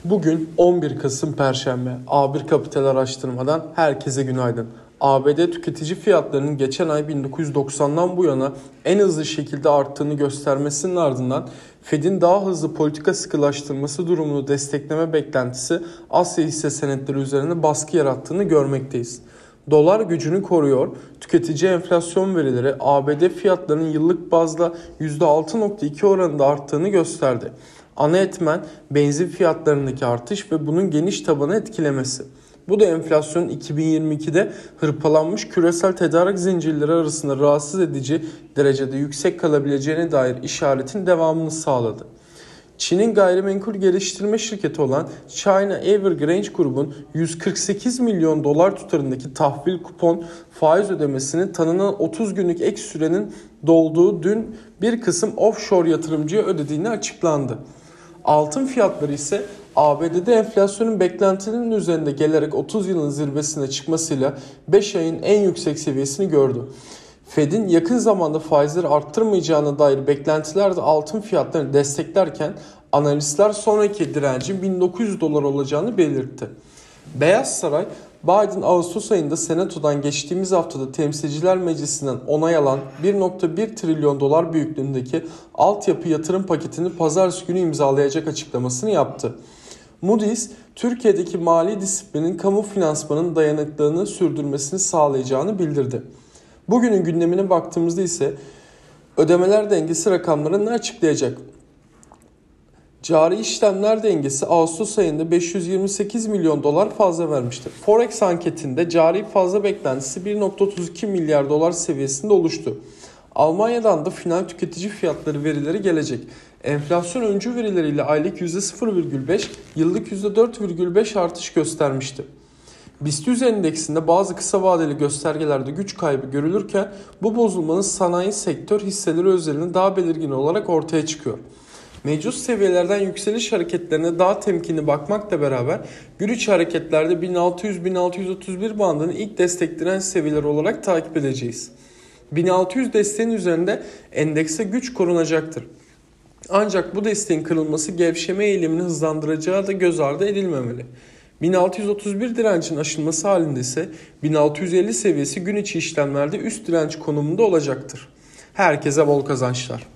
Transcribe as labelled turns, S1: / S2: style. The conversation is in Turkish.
S1: Bugün 11 Kasım Perşembe. A1 Kapital Araştırma'dan herkese günaydın. ABD tüketici fiyatlarının geçen ay 1990'dan bu yana en hızlı şekilde arttığını göstermesinin ardından Fed'in daha hızlı politika sıkılaştırması durumunu destekleme beklentisi Asya hisse senetleri üzerine baskı yarattığını görmekteyiz. Dolar gücünü koruyor, tüketici enflasyon verileri ABD fiyatlarının yıllık bazda %6.2 oranında arttığını gösterdi. Ana etmen benzin fiyatlarındaki artış ve bunun geniş tabanı etkilemesi. Bu da enflasyonun 2022'de hırpalanmış küresel tedarik zincirleri arasında rahatsız edici derecede yüksek kalabileceğine dair işaretin devamını sağladı. Çin'in gayrimenkul geliştirme şirketi olan China Evergrande grubun 148 milyon dolar tutarındaki tahvil kupon faiz ödemesini tanınan 30 günlük ek sürenin dolduğu dün bir kısım offshore yatırımcıya ödediğini açıklandı. Altın fiyatları ise ABD'de enflasyonun beklentilerinin üzerinde gelerek 30 yılın zirvesine çıkmasıyla 5 ayın en yüksek seviyesini gördü. Fed'in yakın zamanda faizleri arttırmayacağına dair beklentiler de altın fiyatlarını desteklerken analistler sonraki direncin 1900 dolar olacağını belirtti. Beyaz Saray, Biden Ağustos ayında Senato'dan geçtiğimiz haftada Temsilciler Meclisi'nden onay alan 1.1 trilyon dolar büyüklüğündeki altyapı yatırım paketini pazartesi günü imzalayacak açıklamasını yaptı. Moody's, Türkiye'deki mali disiplinin kamu finansmanının dayanıklılığını sürdürmesini sağlayacağını bildirdi. Bugünün gündemine baktığımızda ise ödemeler dengesi rakamlarını açıklayacak. Cari işlemler dengesi Ağustos ayında 528 milyon dolar fazla vermiştir. Forex anketinde cari fazla beklentisi 1.32 milyar dolar seviyesinde oluştu. Almanya'dan da final tüketici fiyatları verileri gelecek. Enflasyon öncü verileriyle aylık %0,5, yıllık %4,5 artış göstermişti. BIST 100 endeksinde bazı kısa vadeli göstergelerde güç kaybı görülürken bu bozulmanın sanayi sektör hisseleri özelinde daha belirgin olarak ortaya çıkıyor. Mevcut seviyelerden yükseliş hareketlerine daha temkinli bakmakla beraber gün içi hareketlerde 1600-1631 bandını ilk destek direnç seviyeleri olarak takip edeceğiz. 1600 desteğin üzerinde endekse güç korunacaktır. Ancak bu desteğin kırılması gevşeme eğilimini hızlandıracağı da göz ardı edilmemeli. 1631 direncin aşılması halinde ise 1650 seviyesi gün içi işlemlerde üst direnç konumunda olacaktır. Herkese bol kazançlar.